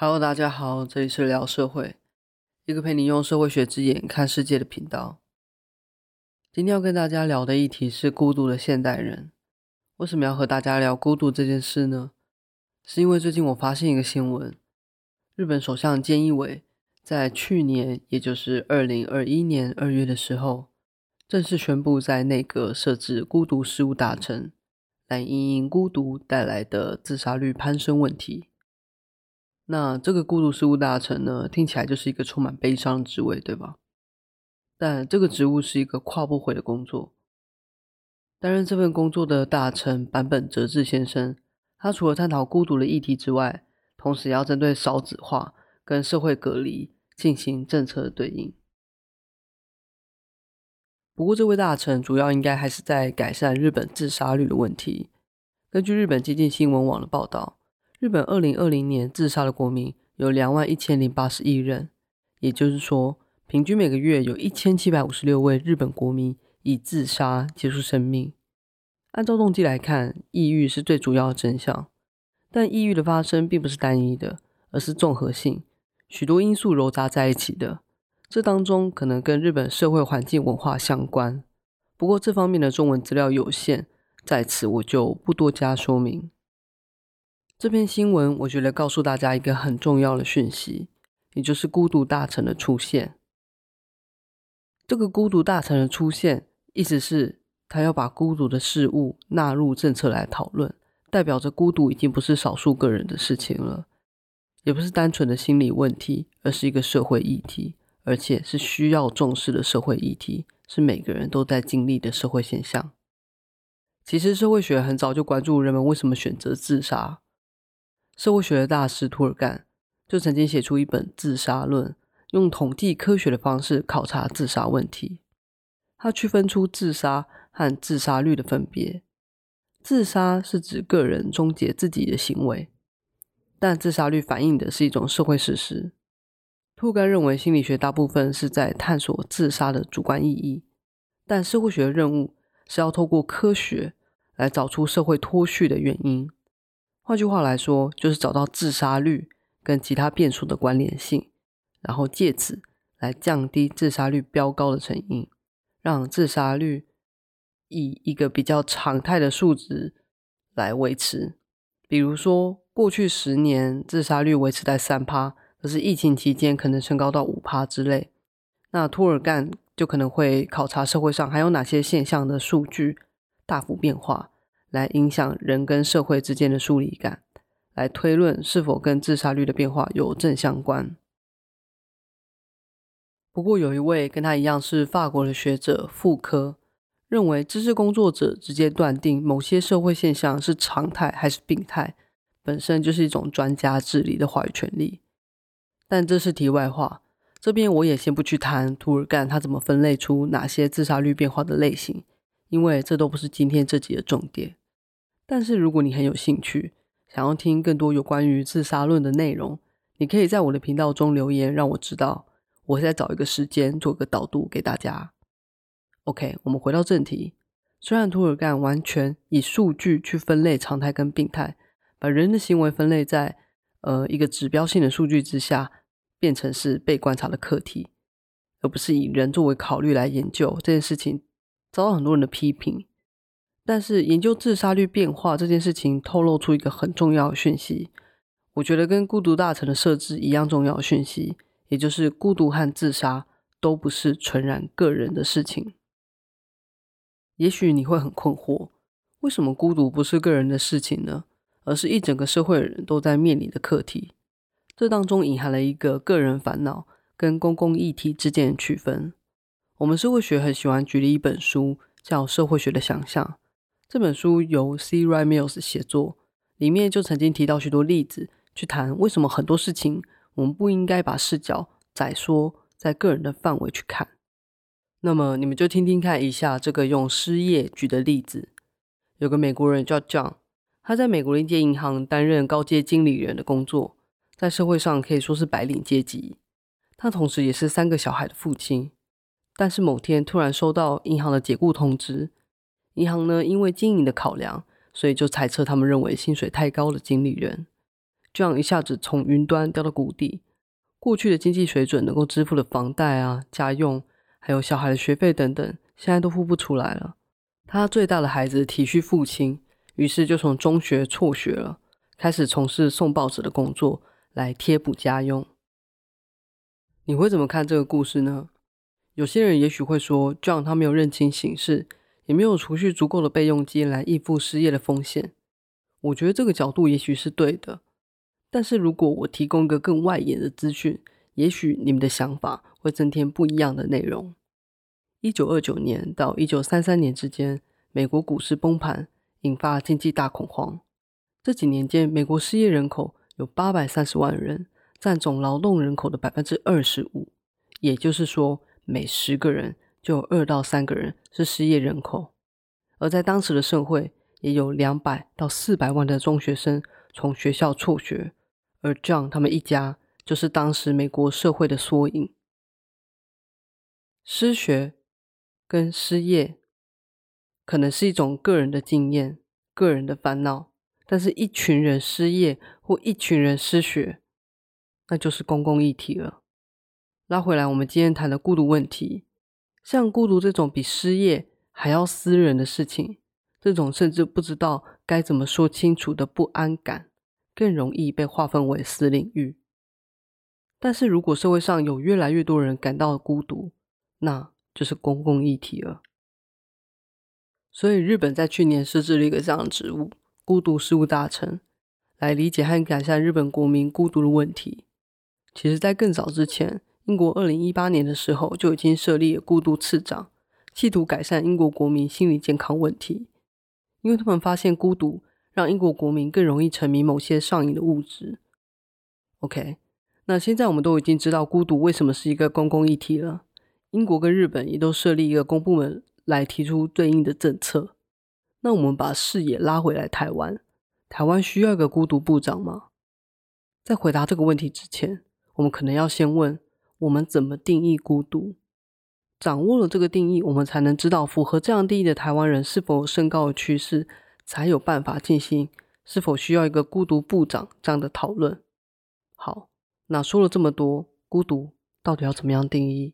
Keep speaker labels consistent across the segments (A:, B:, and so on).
A: Hello，大家好，这里是聊社会，一个陪你用社会学之眼看世界的频道。今天要跟大家聊的议题是孤独的现代人。为什么要和大家聊孤独这件事呢？是因为最近我发现一个新闻，日本首相菅义伟在去年，也就是2021年2月的时候，正式宣布在内阁设置孤独事务大臣，来因应孤独带来的自杀率攀升问题。那这个孤独事务大臣呢，听起来就是一个充满悲伤的职位，对吧？但这个职务是一个跨部会的工作。担任这份工作的大臣坂本哲志先生，他除了探讨孤独的议题之外，同时也要针对少子化跟社会隔离进行政策的对应。不过这位大臣主要应该还是在改善日本自杀率的问题。根据日本经济新闻网的报道，日本2020年自杀的国民有21080亿人，也就是说，平均每个月有1756位日本国民以自杀结束生命。按照动机来看，抑郁是最主要的真相，但抑郁的发生并不是单一的，而是综合性，许多因素糅杂在一起的。这当中可能跟日本社会环境文化相关，不过这方面的中文资料有限，在此我就不多加说明。这篇新闻我觉得告诉大家一个很重要的讯息，也就是孤独大臣的出现。这个孤独大臣的出现，意思是他要把孤独的事物纳入政策来讨论，代表着孤独已经不是少数个人的事情了，也不是单纯的心理问题，而是一个社会议题，而且是需要重视的社会议题，是每个人都在经历的社会现象。其实社会学很早就关注人们为什么选择自杀。社会学的大师涂尔干就曾经写出一本《自杀论》，用统计科学的方式考察自杀问题。他区分出自杀和自杀率的分别。自杀是指个人终结自己的行为，但自杀率反映的是一种社会事实。涂尔干认为心理学大部分是在探索自杀的主观意义，但社会学的任务是要透过科学来找出社会脱序的原因。换句话来说，就是找到自杀率跟其他变数的关联性，然后借此来降低自杀率飙高的成因，让自杀率以一个比较常态的数值来维持。比如说，过去10年自杀率维持在 3%， 可是疫情期间可能升高到 5% 之类。那涂尔干就可能会考察社会上还有哪些现象的数据大幅变化，来影响人跟社会之间的疏离感，来推论是否跟自杀率的变化有正相关。不过有一位跟他一样是法国的学者傅科，认为知识工作者直接断定某些社会现象是常态还是病态，本身就是一种专家治理的话语权利。但这是题外话，这边我也先不去谈涂尔干他怎么分类出哪些自杀率变化的类型，因为这都不是今天这集的重点。但是如果你很有兴趣，想要听更多有关于自杀论的内容，你可以在我的频道中留言让我知道，我会再找一个时间做个导读给大家。OK， 我们回到正题。虽然涂尔干完全以数据去分类常态跟病态，把人的行为分类在一个指标性的数据之下，变成是被观察的课题，而不是以人作为考虑来研究这件事情，遭到很多人的批评。但是研究自杀率变化这件事情透露出一个很重要的讯息，我觉得跟孤独大臣的设置一样重要的讯息，也就是孤独和自杀都不是纯然个人的事情。也许你会很困惑，为什么孤独不是个人的事情呢？而是一整个社会的人都在面临的课题。这当中隐含了一个个人烦恼跟公共议题之间的区分。我们社会学很喜欢举例一本书，叫《社会学的想象》。这本书由 C. Wright Mills 写作，里面就曾经提到许多例子，去谈为什么很多事情我们不应该把视角窄缩在个人的范围去看。那么你们就听听看一下这个用失业举的例子。有个美国人叫 John， 他在美国的一间银行担任高阶经理人的工作，在社会上可以说是白领阶级。他同时也是3个小孩的父亲，但是某天突然收到银行的解雇通知。银行呢，因为经营的考量，所以就裁撤他们认为薪水太高的经理人。 这样一下子从云端掉到谷底。过去的经济水准能够支付的房贷啊、家用，还有小孩的学费等等，现在都付不出来了。他最大的孩子体恤父亲，于是就从中学辍学了，开始从事送报纸的工作，来贴补家用。你会怎么看这个故事呢？有些人也许会说 John 他没有认清形势，也没有储蓄足够的备用金来应付失业的风险。我觉得这个角度也许是对的，但是如果我提供一个更外延的资讯，也许你们的想法会增添不一样的内容。1929年到1933年之间，美国股市崩盘，引发经济大恐慌。这几年间，美国失业人口有830万人，占总劳动人口的 25%， 也就是说每10个人就有2到3个人是失业人口。而在当时的社会，也有200到400万的中学生从学校辍学，而 John 他们一家就是当时美国社会的缩影。失学跟失业可能是一种个人的经验、个人的烦恼，但是一群人失业或一群人失学，那就是公共议题了。拉回来我们今天谈的孤独问题，像孤独这种比失业还要私人的事情，这种甚至不知道该怎么说清楚的不安感，更容易被划分为私领域。但是如果社会上有越来越多人感到孤独，那就是公共议题了。所以日本在去年设置了一个这样的职务，孤独事务大臣，来理解和改善日本国民孤独的问题。其实在更早之前，英国2018年的时候就已经设立了孤独次长，企图改善英国国民心理健康问题。因为他们发现孤独让英国国民更容易沉迷某些上瘾的物质。OK， 那现在我们都已经知道孤独为什么是一个公共议题了。英国跟日本也都设立一个公部门来提出对应的政策。那我们把视野拉回来台湾，台湾需要一个孤独部长吗？在回答这个问题之前，我们可能要先问，我们怎么定义孤独？掌握了这个定义，我们才能知道符合这样定义的台湾人是否有升高的趋势，才有办法进行是否需要一个孤独部长这样的讨论。好，那说了这么多，孤独到底要怎么样定义？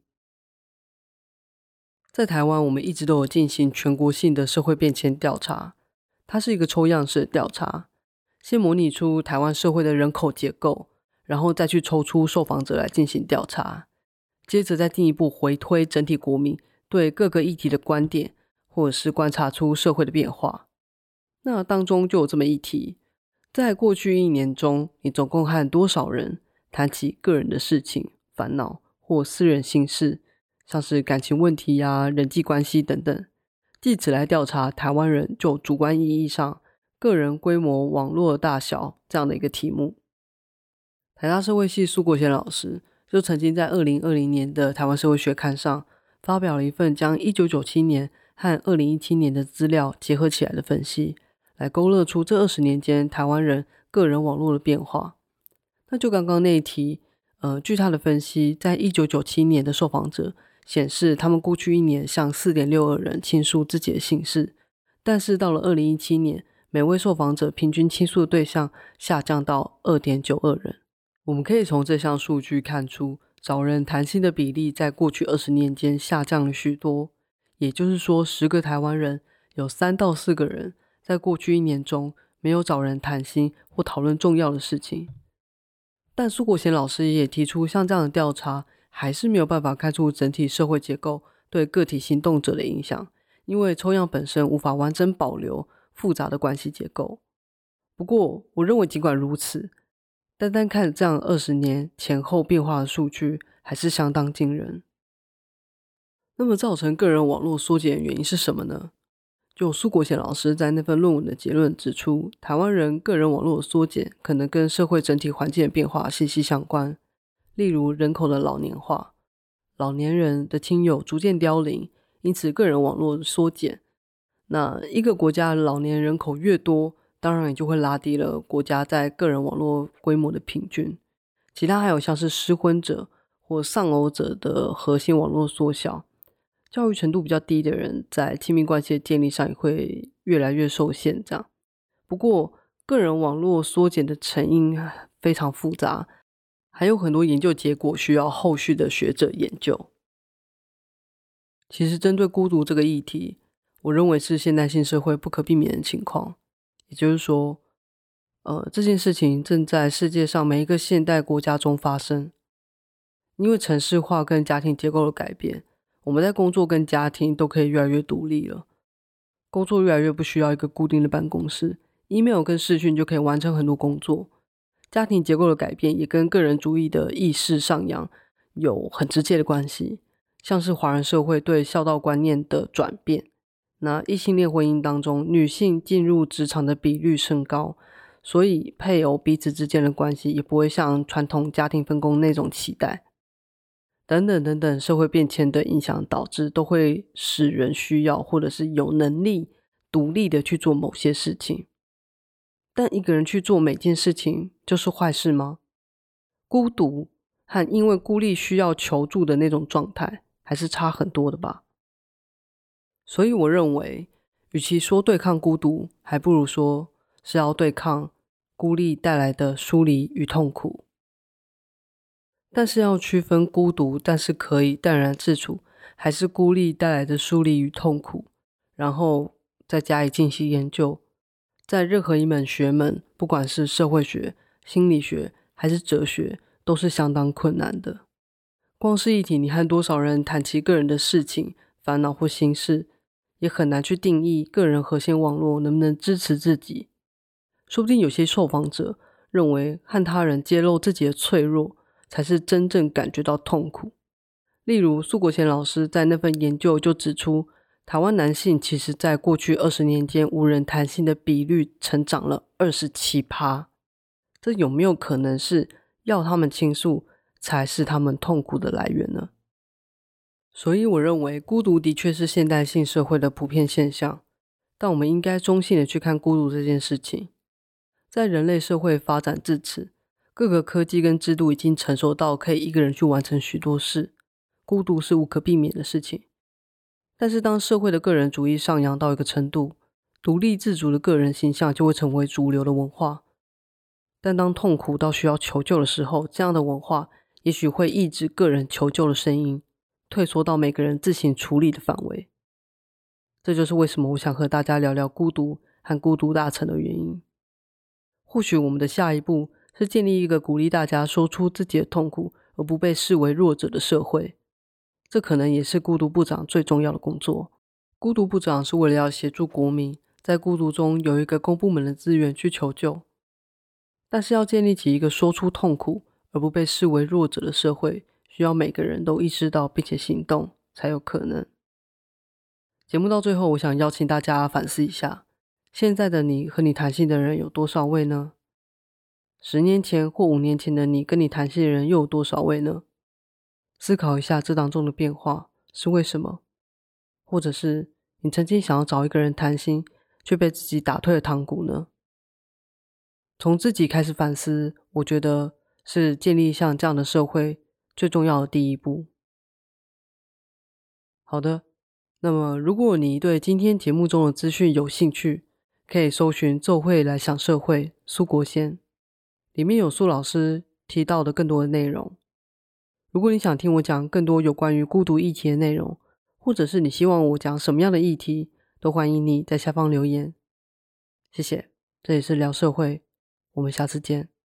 A: 在台湾，我们一直都有进行全国性的社会变迁调查，它是一个抽样式的调查，先模拟出台湾社会的人口结构，然后再去抽出受访者来进行调查，接着再进一步回推整体国民对各个议题的观点，或者是观察出社会的变化。那当中就有这么一题，在过去1年中，你总共和多少人谈起个人的事情、烦恼或私人心事，像是感情问题啊、人际关系等等，借此来调查台湾人就主观意义上个人规模、网络大小这样的一个题目。台大社会系苏国贤老师就曾经在2020年的台湾社会学刊上发表了一份将1997年和2017年的资料结合起来的分析，来勾勒出这20年间台湾人个人网络的变化。那就刚刚那一题，据他的分析，在1997年的受访者显示，他们过去1年向4.62人倾诉自己的心事，但是到了2017年，每位受访者平均倾诉的对象下降到2.92人。我们可以从这项数据看出，找人谈心的比例在过去20年间下降了许多，也就是说10个台湾人有3到4个人在过去1年中没有找人谈心或讨论重要的事情。但苏国贤老师也提出，像这样的调查还是没有办法看出整体社会结构对个体行动者的影响，因为抽样本身无法完整保留复杂的关系结构。不过我认为尽管如此，单单看这样20年前后变化的数据还是相当惊人。那么造成个人网络缩减的原因是什么呢？就苏国贤老师在那份论文的结论指出，台湾人个人网络的缩减可能跟社会整体环境的变化息息相关，例如人口的老年化，老年人的亲友逐渐凋零，因此个人网络缩减。那一个国家的老年人口越多，当然也就会拉低了国家在个人网络规模的平均。其他还有像是失婚者或丧偶者的核心网络缩小，教育程度比较低的人在亲密关系的建立上也会越来越受限这样。不过个人网络缩减的成因非常复杂，还有很多研究结果需要后续的学者研究。其实针对孤独这个议题，我认为是现代性社会不可避免的情况，也就是说这件事情正在世界上每一个现代国家中发生。因为城市化跟家庭结构的改变，我们在工作跟家庭都可以越来越独立了。工作越来越不需要一个固定的办公室， email 跟视讯就可以完成很多工作。家庭结构的改变也跟个人主义的意识上扬有很直接的关系，像是华人社会对孝道观念的转变，那异性恋婚姻当中女性进入职场的比率升高，所以配偶彼此之间的关系也不会像传统家庭分工那种期待，等等等等，社会变迁的影响导致都会使人需要或者是有能力独立的去做某些事情。但一个人去做每件事情就是坏事吗？孤独和因为孤立需要求助的那种状态还是差很多的吧。所以我认为与其说对抗孤独，还不如说是要对抗孤立带来的疏离与痛苦。但是要区分孤独但是可以淡然自处，还是孤立带来的疏离与痛苦，然后再加以进行研究，在任何一门学门，不管是社会学、心理学还是哲学，都是相当困难的。光是一题你和多少人谈其个人的事情、烦恼或心事，也很难去定义个人核心网络能不能支持自己。说不定有些受访者认为和他人揭露自己的脆弱才是真正感觉到痛苦。例如苏国贤老师在那份研究就指出，台湾男性其实在过去20年间无人谈性的比率成长了 27%， 这有没有可能是要他们倾诉才是他们痛苦的来源呢？所以我认为孤独的确是现代性社会的普遍现象，但我们应该中性的去看孤独这件事情。在人类社会发展至此，各个科技跟制度已经成熟到可以一个人去完成许多事，孤独是无可避免的事情。但是当社会的个人主义上扬到一个程度，独立自主的个人形象就会成为主流的文化。但当痛苦到需要求救的时候，这样的文化也许会抑制个人求救的声音，退缩到每个人自行处理的范围。这就是为什么我想和大家聊聊孤独和孤独大成的原因。或许我们的下一步是建立一个鼓励大家说出自己的痛苦而不被视为弱者的社会，这可能也是孤独部长最重要的工作。孤独部长是为了要协助国民在孤独中有一个公部门的资源去求救，但是要建立起一个说出痛苦而不被视为弱者的社会，需要每个人都意识到并且行动才有可能。节目到最后，我想邀请大家反思一下，现在的你和你谈性的人有多少位呢？10年前或5年前的你跟你谈性的人又有多少位呢？思考一下这当中的变化是为什么，或者是你曾经想要找一个人谈心，却被自己打退了堂鼓呢？从自己开始反思，我觉得是建立像这样的社会最重要的第一步。好的，那么如果你对今天节目中的资讯有兴趣，可以搜寻奏会来想社会苏国先，里面有苏老师提到的更多的内容。如果你想听我讲更多有关于孤独议题的内容，或者是你希望我讲什么样的议题，都欢迎你在下方留言。谢谢，这里是聊社会，我们下次见。